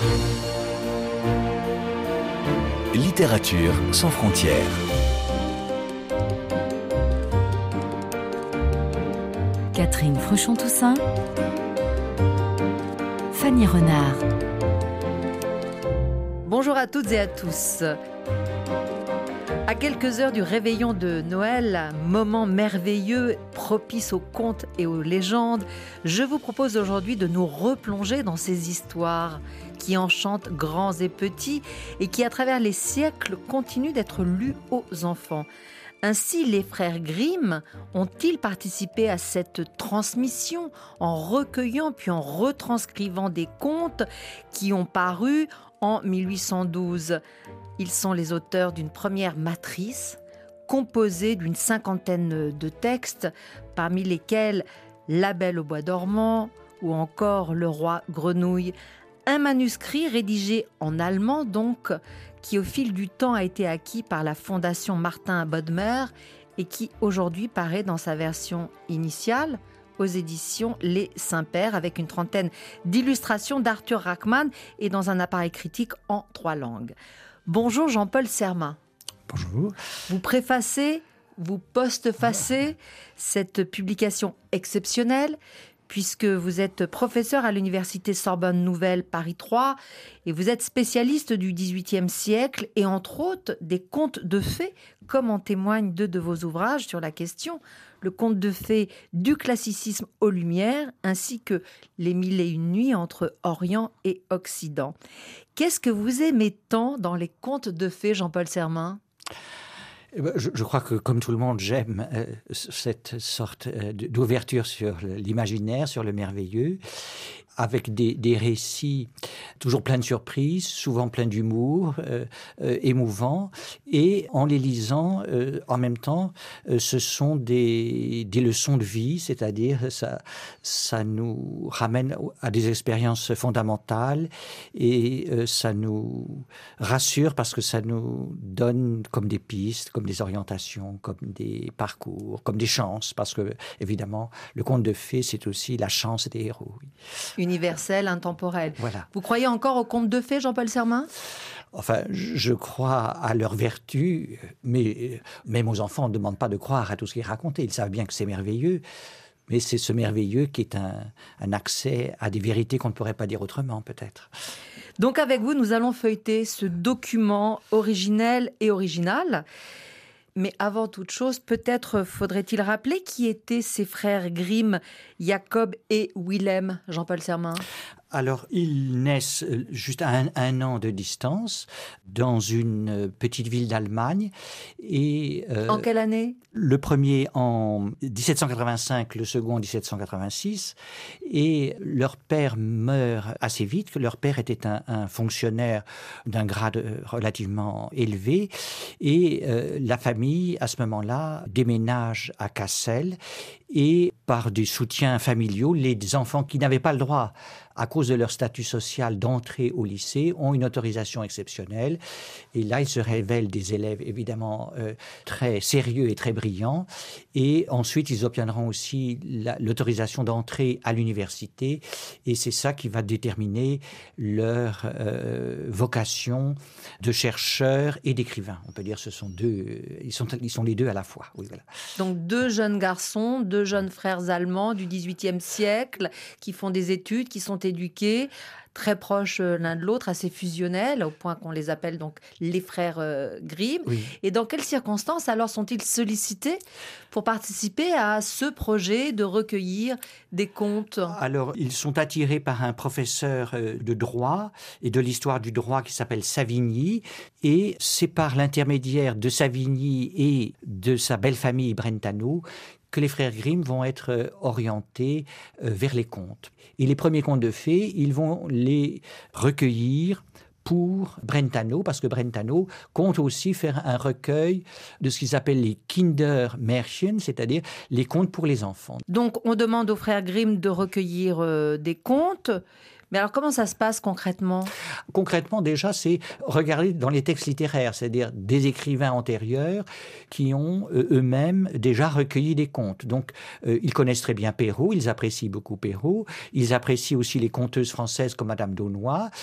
Littérature sans frontières. Catherine Fruchon-Toussaint, Fanny Renard. Bonjour à toutes et à tous. À quelques heures du réveillon de Noël, moment merveilleux, propice aux contes et aux légendes, je vous propose aujourd'hui de nous replonger dans ces histoires qui enchantent grands et petits et qui, à travers les siècles, continuent d'être lues aux enfants. Ainsi, les frères Grimm ont-ils participé à cette transmission en recueillant puis en retranscrivant des contes qui ont paru en 1812. Ils sont les auteurs d'une première matrice composée d'une cinquantaine de textes, parmi lesquels La Belle au bois dormant ou encore Le roi grenouille. Un manuscrit rédigé en allemand donc, qui au fil du temps a été acquis par la Fondation Martin Bodmer et qui aujourd'hui paraît dans sa version initiale aux éditions Les Saints-Pères avec une trentaine d'illustrations d'Arthur Rachman et dans un appareil critique en 3 langues. Bonjour Jean-Paul Sermin. Bonjour. Vous préfacez, vous postfacez cette publication exceptionnelle puisque vous êtes professeur à l'université Sorbonne Nouvelle Paris 3 et vous êtes spécialiste du XVIIIe siècle et entre autres des contes de fées, comme en témoignent 2 de vos ouvrages sur la question, le conte de fées du classicisme aux Lumières, ainsi que les 1001 nuits entre Orient et Occident. Qu'est-ce que vous aimez tant dans les contes de fées, Jean-Paul Sermin ? Je crois que, comme tout le monde, j'aime cette sorte d'ouverture sur l'imaginaire, sur le merveilleux, avec des récits toujours pleins de surprises, souvent pleins d'humour, émouvants. Et en les lisant, en même temps, ce sont des leçons de vie, c'est-à-dire ça nous ramène à des expériences fondamentales et ça nous rassure parce que ça nous donne comme des pistes, comme des orientations, comme des parcours, comme des chances. Parce que, évidemment, le conte de fées, c'est aussi la chance des héros. Oui. Universel, intemporel. Voilà. Vous croyez encore aux contes de fées, Jean-Paul Sermin ? Enfin, je crois à leur vertu, mais même aux enfants, on ne demande pas de croire à tout ce qui est raconté. Ils savent bien que c'est merveilleux, mais c'est ce merveilleux qui est un accès à des vérités qu'on ne pourrait pas dire autrement, peut-être. Donc avec vous, nous allons feuilleter ce document originel et original. Mais avant toute chose, peut-être faudrait-il rappeler qui étaient ces frères Grimm, Jacob et Wilhelm, Jean-Paul Sermin ? Alors, ils naissent juste à un an de distance dans une petite ville d'Allemagne. Et, en quelle année ? Le premier en 1785, le second en 1786. Et leur père meurt assez vite. Leur père était un fonctionnaire d'un grade relativement élevé. Et la famille, à ce moment-là, déménage à Cassel. Et par des soutiens familiaux, les enfants qui n'avaient pas le droit, à cause de leur statut social, d'entrer au lycée, ont une autorisation exceptionnelle. Et là, ils se révèlent des élèves évidemment très sérieux et très brillants. Et ensuite, ils obtiendront aussi l'autorisation d'entrer à l'université. Et c'est ça qui va déterminer leur vocation de chercheurs et d'écrivains. On peut dire que ce sont ils sont les deux à la fois. Oui, voilà. Donc 2 jeunes garçons, 2 jeunes frères allemands du XVIIIe siècle qui font des études, qui sont éduqués, très proches l'un de l'autre, assez fusionnels, au point qu'on les appelle donc les frères Grimm. Oui. Et dans quelles circonstances alors sont-ils sollicités pour participer à ce projet de recueillir des contes ? Alors, ils sont attirés par un professeur de droit et de l'histoire du droit qui s'appelle Savigny. Et c'est par l'intermédiaire de Savigny et de sa belle famille Brentano que les frères Grimm vont être orientés vers les contes. Et les premiers contes de fées, ils vont les recueillir pour Brentano, parce que Brentano compte aussi faire un recueil de ce qu'ils appellent les Kindermärchen, c'est-à-dire les contes pour les enfants. Donc on demande aux frères Grimm de recueillir des contes. Mais alors, comment ça se passe concrètement ? Concrètement, déjà, c'est regarder dans les textes littéraires, c'est-à-dire des écrivains antérieurs qui ont eux-mêmes déjà recueilli des contes. Donc, ils connaissent très bien Perrault, ils apprécient beaucoup Perrault, ils apprécient aussi les conteuses françaises comme Madame d'Aulnoy.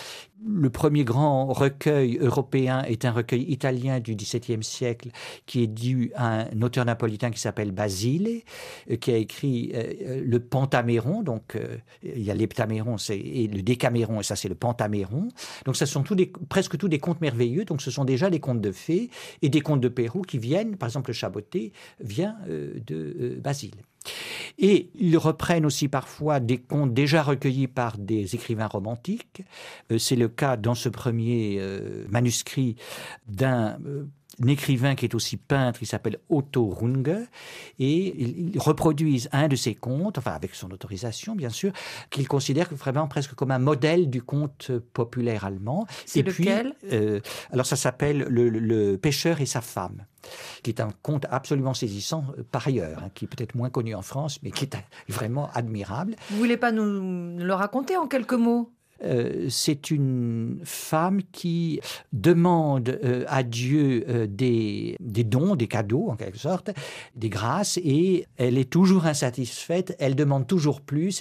Le premier grand recueil européen est un recueil italien du XVIIe siècle qui est dû à un auteur napolitain qui s'appelle Basile, qui a écrit le Pentaméron. Donc, il y a l'Heptaméron et le Décaméron, et ça c'est le Pentaméron. Donc, ce sont presque tous des contes merveilleux. Donc, ce sont déjà des contes de fées et des contes de Pérou qui viennent, par exemple, le Chaboté vient de Basile. Et ils reprennent aussi parfois des contes déjà recueillis par des écrivains romantiques. C'est le cas dans ce premier manuscrit d'un écrivain qui est aussi peintre, il s'appelle Otto Runge, et ils reproduisent un de ses contes, enfin avec son autorisation bien sûr, qu'il considère vraiment presque comme un modèle du conte populaire allemand. C'est lequel ? Alors ça s'appelle le pêcheur et sa femme, qui est un conte absolument saisissant par ailleurs, qui est peut-être moins connu en France, mais qui est vraiment admirable. Vous voulez pas nous le raconter en quelques mots ? C'est une femme qui demande à Dieu des dons, des cadeaux en quelque sorte, des grâces, et elle est toujours insatisfaite, elle demande toujours plus,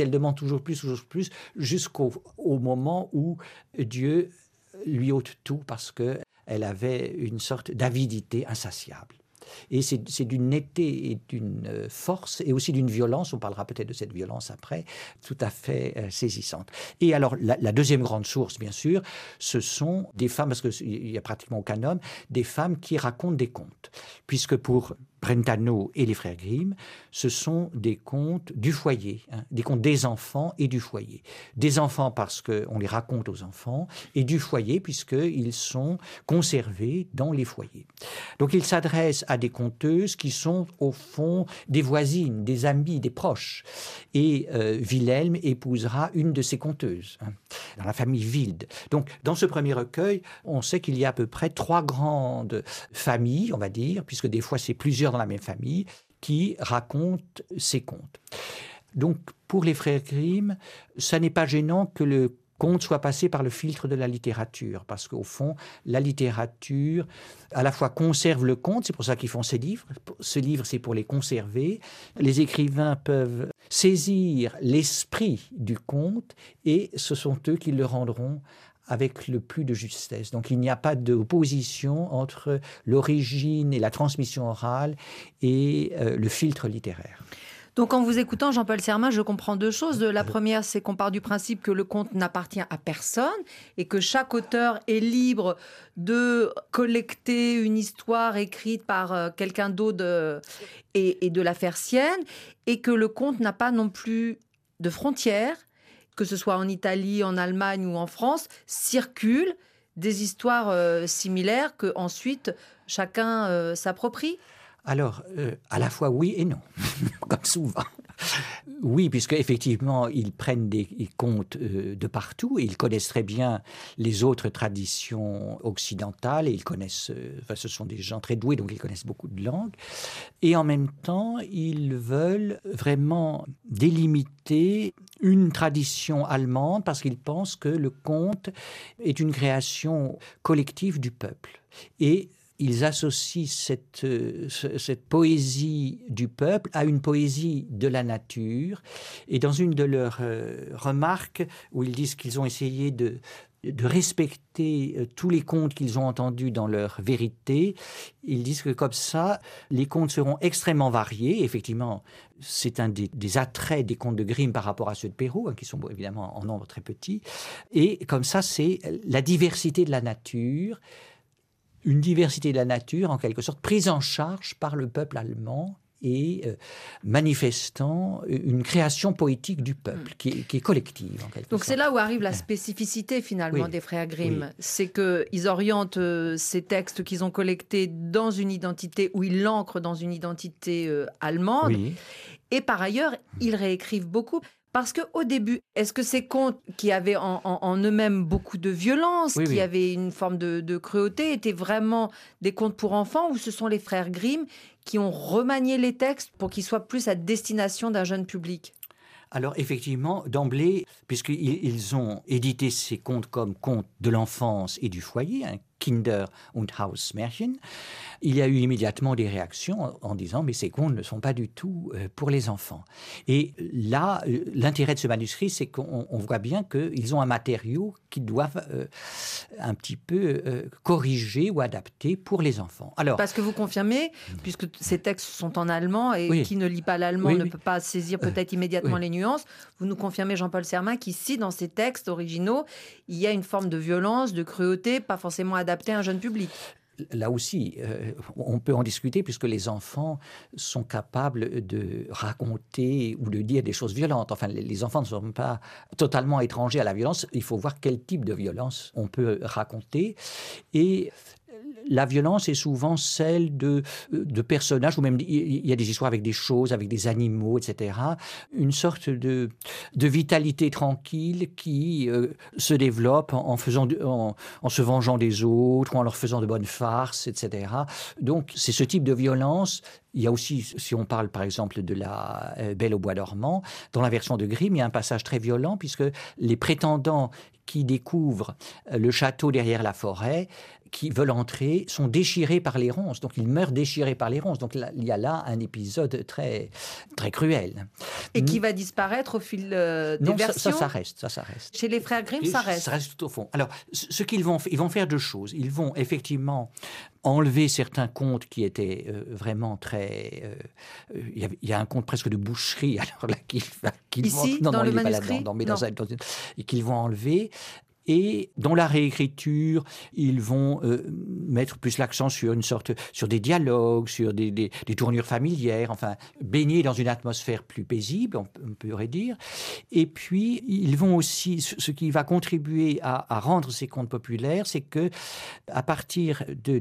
jusqu'au moment où Dieu lui ôte tout parce qu'elle avait une sorte d'avidité insatiable. Et c'est d'une netteté et d'une force et aussi d'une violence, on parlera peut-être de cette violence après, tout à fait saisissante. Et alors la deuxième grande source, bien sûr, ce sont des femmes, parce qu'il n'y a pratiquement aucun homme, des femmes qui racontent des contes. Puisque pour Brentano et les frères Grimm, ce sont des contes du foyer, des contes des enfants et du foyer. Des enfants parce qu'on les raconte aux enfants, et du foyer puisqu'ils sont conservés dans les foyers. Donc il s'adresse à des conteuses qui sont au fond des voisines, des amies, des proches. Et Wilhelm épousera une de ces conteuses, dans la famille Wilde. Donc dans ce premier recueil, on sait qu'il y a à peu près 3 grandes familles, on va dire, puisque des fois c'est plusieurs dans la même famille, qui racontent ces contes. Donc, pour les frères Grimm, ça n'est pas gênant que le conte soit passé par le filtre de la littérature, parce qu'au fond, la littérature, à la fois conserve le conte, c'est pour ça qu'ils font ces livres. Ce livre, c'est pour les conserver. Les écrivains peuvent saisir l'esprit du conte, et ce sont eux qui le rendront avec le plus de justesse. Donc il n'y a pas d'opposition entre l'origine et la transmission orale et le filtre littéraire. Donc en vous écoutant, Jean-Paul Sermin, je comprends 2 choses. La première, c'est qu'on part du principe que le conte n'appartient à personne et que chaque auteur est libre de collecter une histoire écrite par quelqu'un d'autre et de la faire sienne, et que le conte n'a pas non plus de frontières, que ce soit en Italie, en Allemagne ou en France, circulent des histoires similaires que ensuite chacun s'approprie. Alors, à la fois oui et non, comme souvent. Oui, puisque effectivement, ils prennent des contes de partout et ils connaissent très bien les autres traditions occidentales et ils connaissent, ce sont des gens très doués, donc ils connaissent beaucoup de langues. Et en même temps, ils veulent vraiment délimiter une tradition allemande parce qu'ils pensent que le conte est une création collective du peuple. Et ils associent cette poésie du peuple à une poésie de la nature. Et dans une de leurs remarques, où ils disent qu'ils ont essayé de respecter tous les contes qu'ils ont entendus dans leur vérité, ils disent que comme ça, les contes seront extrêmement variés. Effectivement, c'est un des attraits des contes de Grimm par rapport à ceux de Perrault, qui sont évidemment en nombre très petits. Et comme ça, c'est la diversité de la nature, une diversité de la nature, en quelque sorte, prise en charge par le peuple allemand et manifestant une création poétique du peuple qui est collective, en quelque sorte. Donc c'est là où arrive la spécificité, finalement, des frères Grimm. Oui. C'est qu'ils orientent ces textes qu'ils ont collectés dans une identité, où ils l'ancrent dans une identité allemande. Oui. Et par ailleurs, ils réécrivent beaucoup. Parce qu'au début, est-ce que ces contes qui avaient en eux-mêmes beaucoup de violence, qui avaient une forme de cruauté, étaient vraiment des contes pour enfants, ou ce sont les frères Grimm qui ont remanié les textes pour qu'ils soient plus à destination d'un jeune public ? Alors effectivement, d'emblée, puisqu'ils ont édité ces contes comme contes de l'enfance et du foyer, Kinder- und Hausmärchen. Il y a eu immédiatement des réactions en disant « mais ces contes ne sont pas du tout pour les enfants ». Et là, l'intérêt de ce manuscrit, c'est qu'on voit bien qu'ils ont un matériau qu'ils doivent un petit peu corriger ou adapter pour les enfants. Alors, parce que vous confirmez, puisque ces textes sont en allemand et oui. qui ne lit pas l'allemand Oui, ne oui. peut pas saisir peut-être immédiatement oui. les nuances, vous nous confirmez, Jean-Paul Sermin, qu'ici, dans ces textes originaux, il y a une forme de violence, de cruauté, pas forcément adaptée à un jeune public. Là aussi, on peut en discuter puisque les enfants sont capables de raconter ou de dire des choses violentes. Enfin, les enfants ne sont pas totalement étrangers à la violence. Il faut voir quel type de violence on peut raconter. Et la violence est souvent celle de personnages, ou même il y a des histoires avec des choses, avec des animaux, etc. Une sorte de vitalité tranquille qui se développe en se vengeant des autres, ou en leur faisant de bonnes farces, etc. Donc c'est ce type de violence. Il y a aussi, si on parle par exemple de la Belle au bois dormant, dans la version de Grimm, il y a un passage très violent puisque les prétendants qui découvrent le château derrière la forêt, qui veulent entrer, sont déchirés par les ronces. Donc, ils meurent déchirés par les ronces. Donc, là, il y a là un épisode très, très cruel. Et qui va disparaître au fil des versions. Non, ça reste. Chez les frères Grimm, ça reste. Ça reste tout au fond. Alors, ce qu'ils vont faire, ils vont faire deux choses. Ils vont effectivement enlever certains contes qui étaient vraiment très... Il y a un conte presque de boucherie, alors là, Ici, dans le manuscrit, et qu'ils vont enlever. Et dans la réécriture, ils vont mettre plus l'accent sur sur des dialogues, sur des tournures familières, enfin, baigner dans une atmosphère plus paisible, on pourrait dire. Et puis, ils vont aussi, ce qui va contribuer à rendre ces contes populaires, c'est que à partir de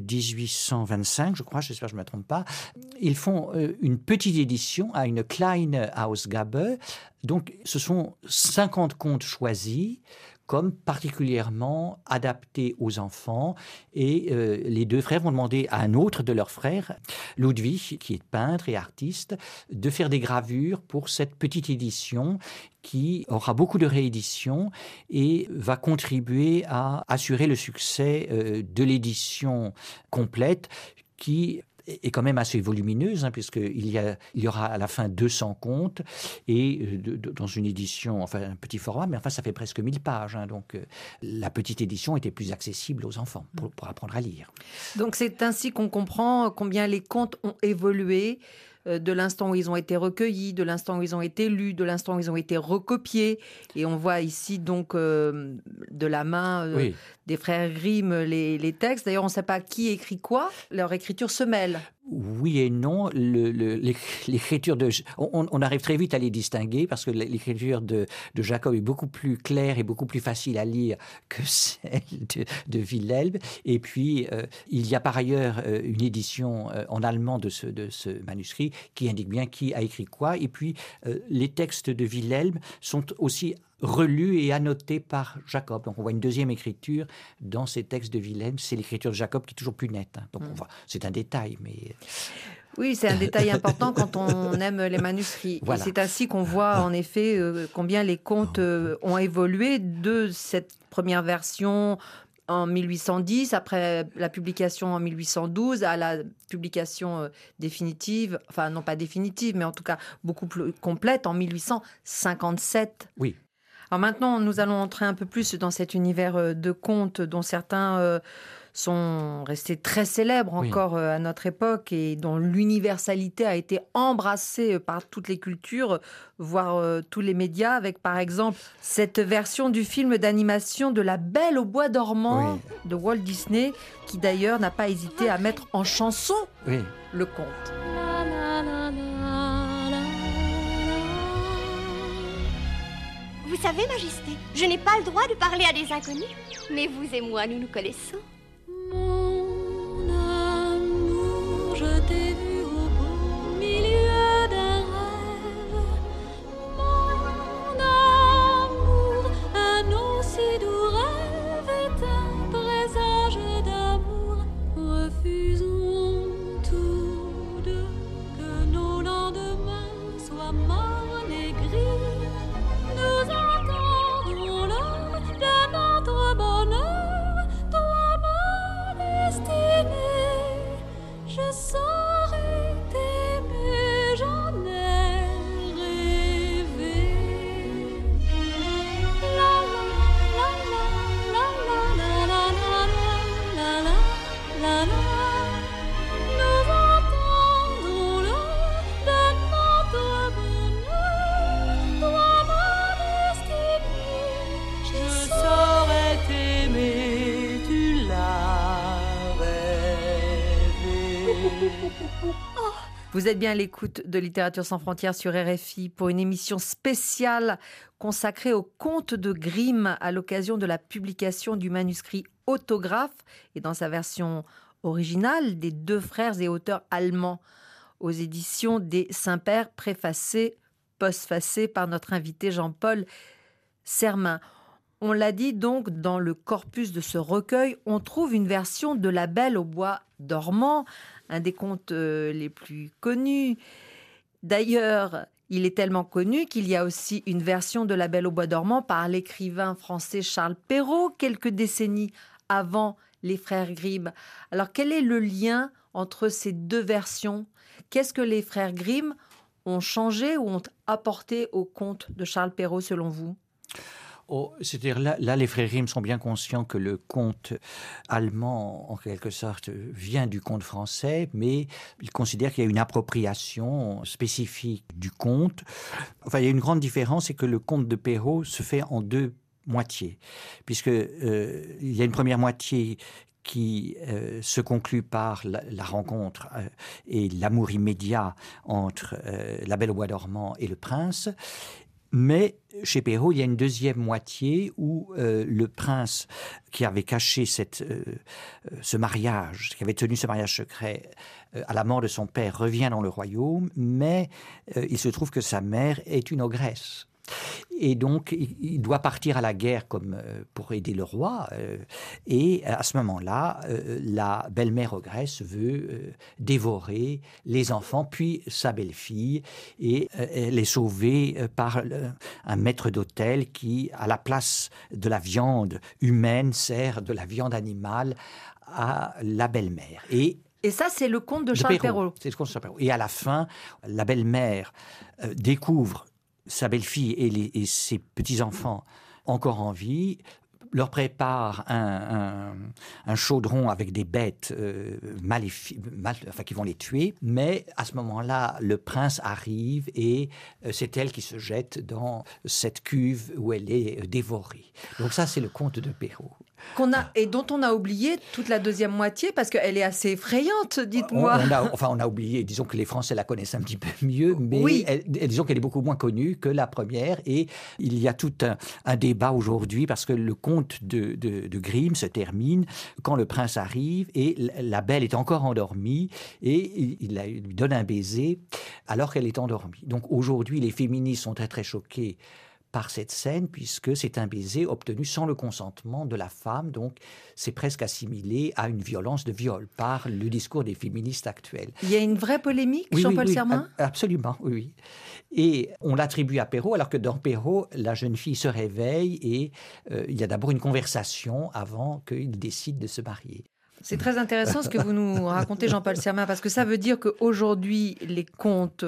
1825, je crois, j'espère que je ne me trompe pas, ils font une petite édition à une Kleine Ausgabe. Donc, ce sont 50 contes choisis, comme particulièrement adaptés aux enfants. Et les deux frères vont demander à un autre de leurs frères, Ludwig, qui est peintre et artiste, de faire des gravures pour cette petite édition qui aura beaucoup de rééditions et va contribuer à assurer le succès de l'édition complète qui est quand même assez volumineuse, puisqu'il y aura à la fin 200 contes, et dans une édition, enfin un petit format, mais enfin ça fait presque 1000 pages. Donc la petite édition était plus accessible aux enfants pour apprendre à lire. Donc c'est ainsi qu'on comprend combien les contes ont évolué de l'instant où ils ont été recueillis, de l'instant où ils ont été lus, de l'instant où ils ont été recopiés. Et on voit ici donc de la main des frères Grimm les textes. D'ailleurs, on ne sait pas qui écrit quoi. Leur écriture se mêle. Oui et non. L'écriture on arrive très vite à les distinguer parce que l'écriture de Jacob est beaucoup plus claire et beaucoup plus facile à lire que celle de Wilhelm. Et puis, il y a par ailleurs une édition en allemand de ce manuscrit qui indique bien qui a écrit quoi. Et puis, les textes de Wilhelm sont aussi relus et annotés par Jacob. Donc on voit une deuxième écriture dans ces textes de Wilhelm. C'est l'écriture de Jacob qui est toujours plus nette. Donc on voit, c'est un détail, mais... Oui, c'est un détail important quand on aime les manuscrits. Voilà. Et c'est ainsi qu'on voit en effet combien les contes ont évolué de cette première version en 1810, après la publication en 1812, à la publication définitive, enfin non pas définitive, mais en tout cas beaucoup plus complète en 1857. Oui. Alors maintenant, nous allons entrer un peu plus dans cet univers de contes dont certains sont restés très célèbres encore à notre époque et dont l'universalité a été embrassée par toutes les cultures, voire tous les médias, avec par exemple cette version du film d'animation de La Belle au bois dormant de Walt Disney, qui d'ailleurs n'a pas hésité à mettre en chanson le conte. Vous savez, Majesté, je n'ai pas le droit de parler à des inconnus, mais vous et moi, nous nous connaissons. Mon amour, je t'ai vu au beau milieu d'un rêve. Mon amour, un aussi doux rêve est un présage d'amour. Refusons tous deux que nos lendemains soient morts et gris. Nous entendrons l'heure de notre bonheur, toi, moi. Vous êtes bien à l'écoute de Littérature sans frontières sur RFI pour une émission spéciale consacrée au conte de Grimm à l'occasion de la publication du manuscrit autographe et dans sa version originale des deux frères et auteurs allemands aux éditions des Saint-Pères, préfacé, postfacé par notre invité Jean-Paul Sermin. On l'a dit donc, dans le corpus de ce recueil, on trouve une version de La Belle au bois dormant, un des contes les plus connus. D'ailleurs, il est tellement connu qu'il y a aussi une version de La Belle au bois dormant par l'écrivain français Charles Perrault, quelques décennies avant les frères Grimm. Alors, quel est le lien entre ces deux versions ? Qu'est-ce que les frères Grimm ont changé ou ont apporté au conte de Charles Perrault, selon vous ? C'est-à-dire là, les frères Grimm sont bien conscients que le conte allemand, en quelque sorte, vient du conte français, mais ils considèrent qu'il y a une appropriation spécifique du conte. Enfin, il y a une grande différence, c'est que le conte de Perrault se fait en deux moitiés, puisque il y a une première moitié qui se conclut par la rencontre et l'amour immédiat entre la Belle au bois dormant et le prince. Mais chez Perrault, il y a une deuxième moitié où le prince qui avait caché ce mariage, qui avait tenu ce mariage secret à la mort de son père, revient dans le royaume, mais il se trouve que sa mère est une ogresse. Et donc, il doit partir à la guerre pour aider le roi. Et à ce moment-là, la belle-mère ogresse veut dévorer les enfants, puis sa belle-fille. Et elle est sauvée par un maître d'hôtel qui, à la place de la viande humaine, sert de la viande animale à la belle-mère. Et ça, c'est le conte de Charles Perrault. C'est le conte de Charles Perrault. Et à la fin, la belle-mère découvre sa belle-fille et ses petits-enfants encore en vie, leur prépare un chaudron avec des bêtes qui vont les tuer. Mais à ce moment-là, le prince arrive et c'est elle qui se jette dans cette cuve où elle est dévorée. Donc ça, c'est le conte de Perrault. Et dont on a oublié toute la deuxième moitié parce qu'elle est assez effrayante, dites-moi. On a oublié, disons que les Français la connaissent un petit peu mieux, mais oui. Disons qu'elle est beaucoup moins connue que la première. Et il y a tout un débat aujourd'hui parce que le conte de Grimm se termine quand le prince arrive et la belle est encore endormie et il lui donne un baiser alors qu'elle est endormie. Donc aujourd'hui, les féministes sont très très choquées par cette scène, puisque c'est un baiser obtenu sans le consentement de la femme, donc c'est presque assimilé à une violence de viol par le discours des féministes actuels. Il y a une vraie polémique, Jean-Paul Sermin ? Absolument, oui. Et on l'attribue à Perrault, alors que dans Perrault, la jeune fille se réveille et il y a d'abord une conversation avant qu'il décide de se marier. C'est très intéressant ce que vous nous racontez, Jean-Paul Sermin, parce que ça veut dire qu'aujourd'hui, les contes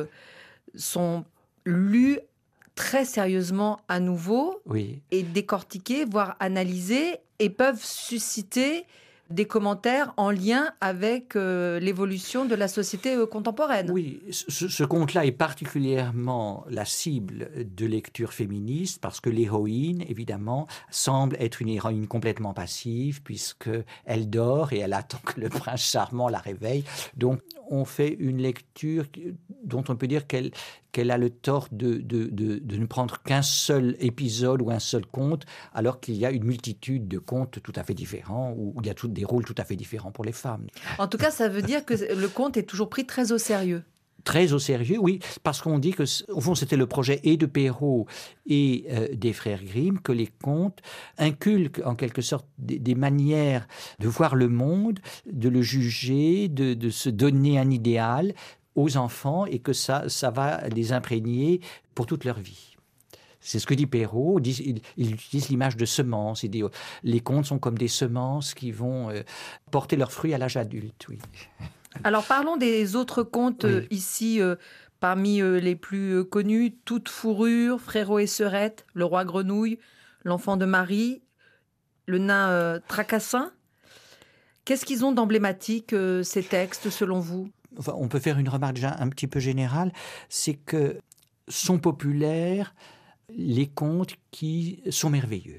sont lus très sérieusement à nouveau, oui, et décortiqués, voire analysés, et peuvent susciter des commentaires en lien avec l'évolution de la société contemporaine. Oui, ce conte-là est particulièrement la cible de lecture féministe parce que l'héroïne, évidemment, semble être une héroïne complètement passive puisqu'elle dort et elle attend que le prince charmant la réveille. Donc, on fait une lecture dont on peut dire qu'elle a le tort de ne prendre qu'un seul épisode ou un seul conte, alors qu'il y a une multitude de contes tout à fait différents, où il y a des rôles tout à fait différents pour les femmes. En tout cas, ça veut dire que le conte est toujours pris très au sérieux. Très au sérieux, oui, parce qu'on dit que, au fond, c'était le projet et de Perrault et des frères Grimm que les contes inculquent en quelque sorte des manières de voir le monde, de le juger, de se donner un idéal aux enfants et que ça va les imprégner pour toute leur vie. C'est ce que dit Perrault. Il utilise l'image de semences. Il dit les contes sont comme des semences qui vont porter leurs fruits à l'âge adulte. Oui. Alors parlons des autres contes ici, parmi les plus connus, Toute fourrure, Frérot et Sœurette, Le roi grenouille, L'enfant de Marie, Le nain Tracassin. Qu'est-ce qu'ils ont d'emblématique, ces textes, selon vous ? Enfin, on peut faire une remarque déjà un petit peu générale, c'est que sont populaires les contes qui sont merveilleux.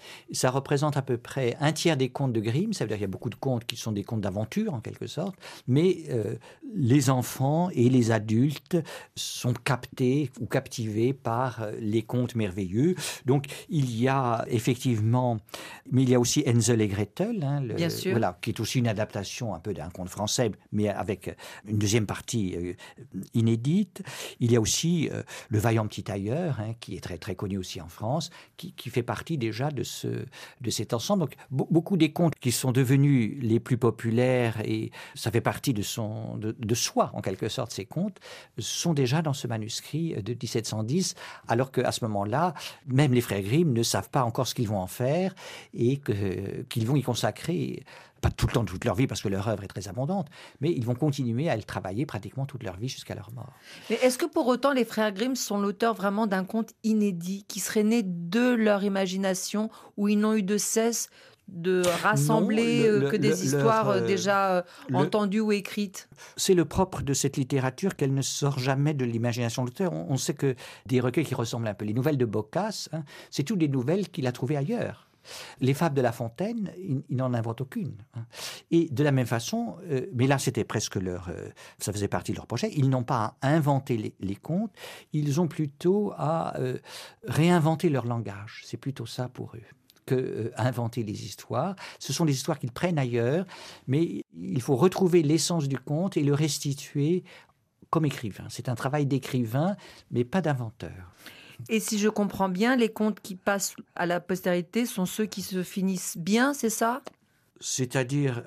Ça représente à peu près un tiers des contes de Grimm. Ça veut dire qu'il y a beaucoup de contes qui sont des contes d'aventure, en quelque sorte. Mais les enfants et les adultes sont captés ou captivés par les contes merveilleux. Donc, il y a effectivement... Mais il y a aussi Hansel et Gretel, hein, Bien sûr. Voilà, qui est aussi une adaptation un peu d'un conte français, mais avec une deuxième partie inédite. Il y a aussi Le Vaillant Petit Tailleur, hein, qui est très, très connu aussi en France, qui fait partie déjà de cet ensemble. Donc, beaucoup des contes qui sont devenus les plus populaires, et ça fait partie de soi, en quelque sorte, ces contes, sont déjà dans ce manuscrit de 1710, alors qu'à ce moment-là, même les frères Grimm ne savent pas encore ce qu'ils vont en faire et qu'ils vont y consacrer, pas tout le temps de toute leur vie, parce que leur œuvre est très abondante, mais ils vont continuer à le travailler pratiquement toute leur vie jusqu'à leur mort. Mais est-ce que pour autant les frères Grimm sont l'auteur vraiment d'un conte inédit qui serait né de leur imagination, où ils n'ont eu de cesse de rassembler que des histoires déjà entendues ou écrites? C'est le propre de cette littérature qu'elle ne sort jamais de l'imagination de l'auteur. On sait que des recueils qui ressemblent un peu, les nouvelles de Boccace, hein, c'est toutes des nouvelles qu'il a trouvées ailleurs. Les fables de La Fontaine, il n'en invente aucune. Hein. Et de la même façon, mais là c'était presque ça faisait partie de leur projet, ils n'ont pas à inventer les contes, ils ont plutôt à réinventer leur langage. C'est plutôt ça pour eux que inventer les histoires. Ce sont des histoires qu'ils prennent ailleurs, mais il faut retrouver l'essence du conte et le restituer comme écrivain. C'est un travail d'écrivain, mais pas d'inventeur. Et si je comprends bien, les contes qui passent à la postérité sont ceux qui se finissent bien, c'est ça? C'est-à-dire...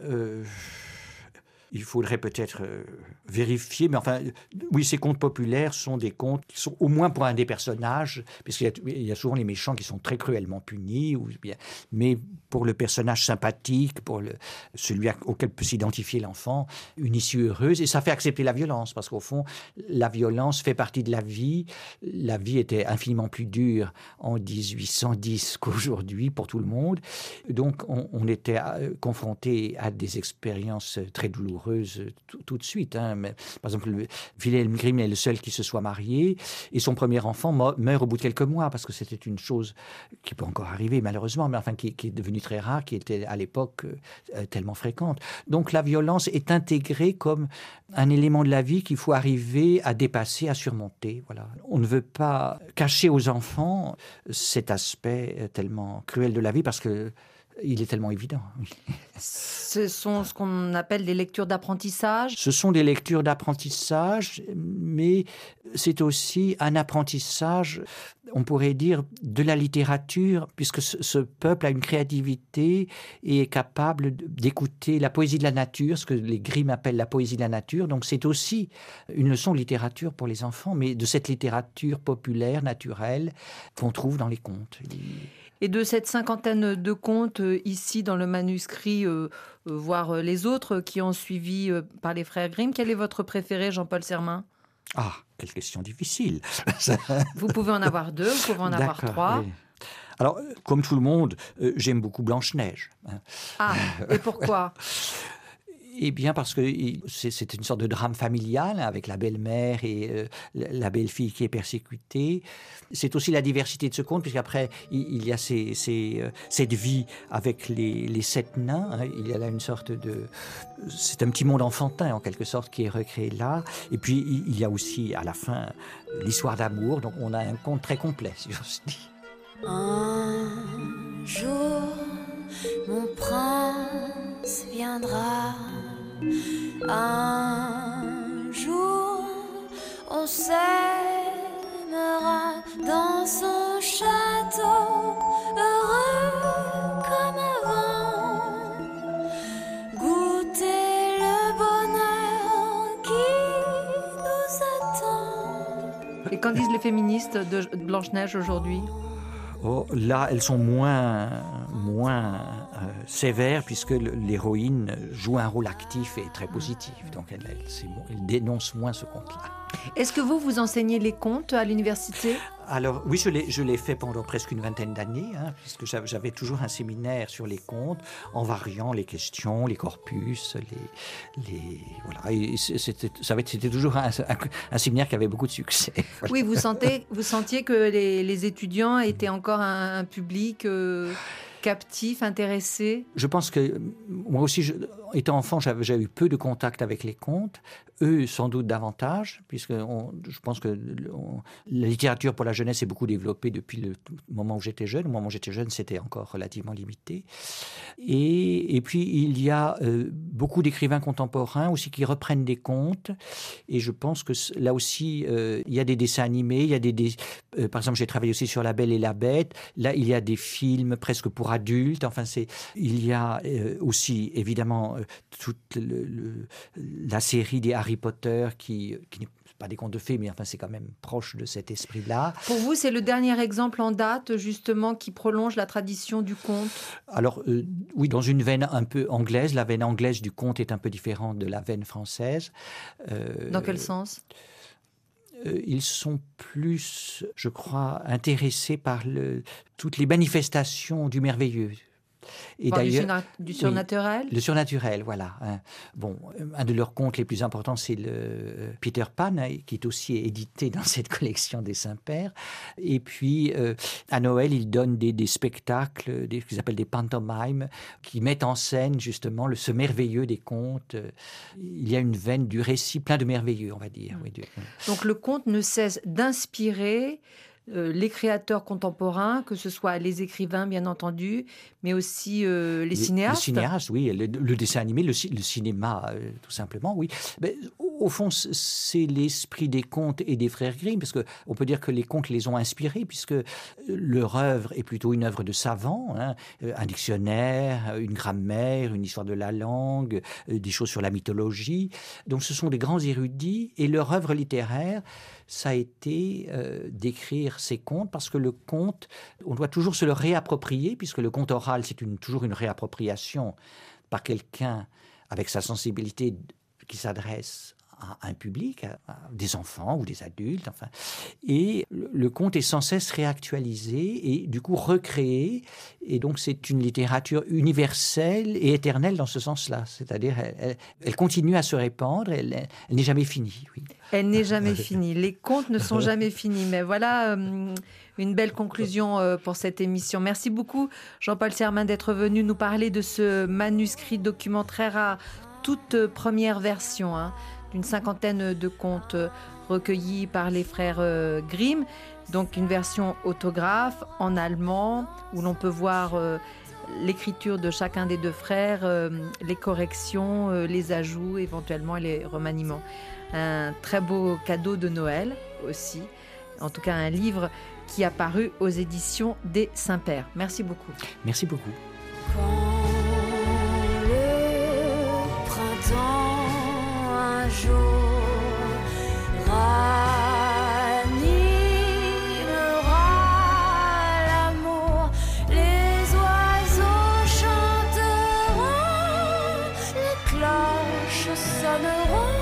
il faudrait peut-être vérifier, mais enfin, oui, ces contes populaires sont des contes qui sont au moins pour un des personnages, puisqu'il y a souvent les méchants qui sont très cruellement punis, mais pour le personnage sympathique, pour celui auquel peut s'identifier l'enfant, une issue heureuse, et ça fait accepter la violence, parce qu'au fond, la violence fait partie de la vie. La vie était infiniment plus dure en 1810 qu'aujourd'hui pour tout le monde, donc on était confronté à des expériences très douloureuses tout de suite. Hein. Mais, par exemple, Wilhelm Grimm est le seul qui se soit marié et son premier enfant meurt au bout de quelques mois parce que c'était une chose qui peut encore arriver malheureusement, mais enfin qui est devenue très rare, qui était à l'époque tellement fréquente. Donc la violence est intégrée comme un élément de la vie qu'il faut arriver à dépasser, à surmonter. Voilà. On ne veut pas cacher aux enfants cet aspect tellement cruel de la vie parce que il est tellement évident. Ce sont ce qu'on appelle des lectures d'apprentissage. Ce sont des lectures d'apprentissage, mais c'est aussi un apprentissage, on pourrait dire, de la littérature, puisque ce peuple a une créativité et est capable d'écouter la poésie de la nature, ce que les Grimm appellent la poésie de la nature. Donc c'est aussi une leçon de littérature pour les enfants, mais de cette littérature populaire, naturelle, qu'on trouve dans les contes. Et de cette cinquantaine de contes ici dans le manuscrit, voire les autres qui ont suivi par les frères Grimm, quel est votre préféré, Jean-Paul Sermin? Ah, quelle question difficile. Vous pouvez en avoir deux, vous pouvez en avoir trois. Oui. Alors, comme tout le monde, j'aime beaucoup Blanche-Neige. Ah, et pourquoi? Eh bien, parce que c'est une sorte de drame familial avec la belle-mère et la belle-fille qui est persécutée. C'est aussi la diversité de ce conte, puisqu'après, il y a cette vie avec les 7 nains. Hein. Il y a là une sorte de... C'est un petit monde enfantin, en quelque sorte, qui est recréé là. Et puis, il y a aussi, à la fin, l'histoire d'amour. Donc, on a un conte très complet, si j'ose dire. Un jour, mon prince viendra. Un jour, on s'aimera dans son château, heureux comme avant, goûter le bonheur qui nous attend. Et qu'en disent les féministes de Blanche-Neige aujourd'hui? Oh, là, elles sont moins sévère puisque l'héroïne joue un rôle actif et très positif. Donc elle dénonce moins ce conte-là. Est-ce que vous enseignez les contes à l'université ? Alors oui, je l'ai fait pendant presque une vingtaine d'années, puisque j'avais toujours un séminaire sur les contes, en variant les questions, les corpus, voilà. Et c'était toujours un séminaire qui avait beaucoup de succès. Voilà. Oui, vous sentiez que les étudiants étaient encore un public captif, intéressé ? Je pense que moi aussi, étant enfant, j'ai eu peu de contact avec les contes. Eux, sans doute davantage, puisque je pense que la littérature pour la jeunesse est beaucoup développée depuis le moment où j'étais jeune. Au moment où j'étais jeune, c'était encore relativement limité. Et puis, il y a beaucoup d'écrivains contemporains aussi qui reprennent des contes. Et je pense que là aussi, il y a des dessins animés. Il y a par exemple, j'ai travaillé aussi sur La Belle et la Bête. Là, il y a des films presque pour adultes. Enfin, il y a aussi, évidemment, toute la série des Harry Potter qui n'est pas des contes de fées, mais enfin, c'est quand même proche de cet esprit-là. Pour vous, c'est le dernier exemple en date, justement, qui prolonge la tradition du conte ? Alors, oui, dans une veine un peu anglaise. La veine anglaise du conte est un peu différente de la veine française. Dans quel sens ? Ils sont plus, je crois, intéressés par toutes les manifestations du merveilleux. Et d'ailleurs, du surnaturel ? Oui, le surnaturel, voilà. Bon, un de leurs contes les plus importants, c'est le Peter Pan, qui est aussi édité dans cette collection des Saints-Pères. Et puis, à Noël, ils donnent des spectacles, qu'ils appellent des pantomimes, qui mettent en scène justement ce merveilleux des contes. Il y a une veine du récit plein de merveilleux, on va dire. Oui, Donc le conte ne cesse d'inspirer les créateurs contemporains, que ce soit les écrivains, bien entendu, mais aussi les cinéastes. Les cinéastes, oui. Le dessin animé, le cinéma, tout simplement, oui. Mais, au fond, c'est l'esprit des contes et des frères Grimm, parce qu'on peut dire que les contes les ont inspirés, puisque leur œuvre est plutôt une œuvre de savants, un dictionnaire, une grammaire, une histoire de la langue, des choses sur la mythologie. Donc ce sont des grands érudits, et leur œuvre littéraire, ça a été d'écrire ces contes, parce que le conte, on doit toujours se le réapproprier, puisque le conte oral, c'est toujours une réappropriation par quelqu'un avec sa sensibilité qui s'adresse à un public, à des enfants ou des adultes, enfin. Et le conte est sans cesse réactualisé et du coup recréé. Et donc c'est une littérature universelle et éternelle dans ce sens-là. C'est-à-dire elle continue à se répandre, elle n'est jamais finie. Oui. Elle n'est jamais finie. Les contes ne sont jamais finis. Mais voilà une belle conclusion pour cette émission. Merci beaucoup, Jean-Paul Sermin, d'être venu nous parler de ce manuscrit documentaire à toute première version, d'une 50aine de contes recueillis par les frères Grimm. Donc une version autographe en allemand où l'on peut voir l'écriture de chacun des deux frères, les corrections, les ajouts, éventuellement les remaniements. Un très beau cadeau de Noël aussi. En tout cas, un livre qui a paru aux éditions des Saints-Pères. Merci beaucoup. Merci beaucoup. Quand le printemps un jour ranimera l'amour, les oiseaux chanteront, les cloches sonneront.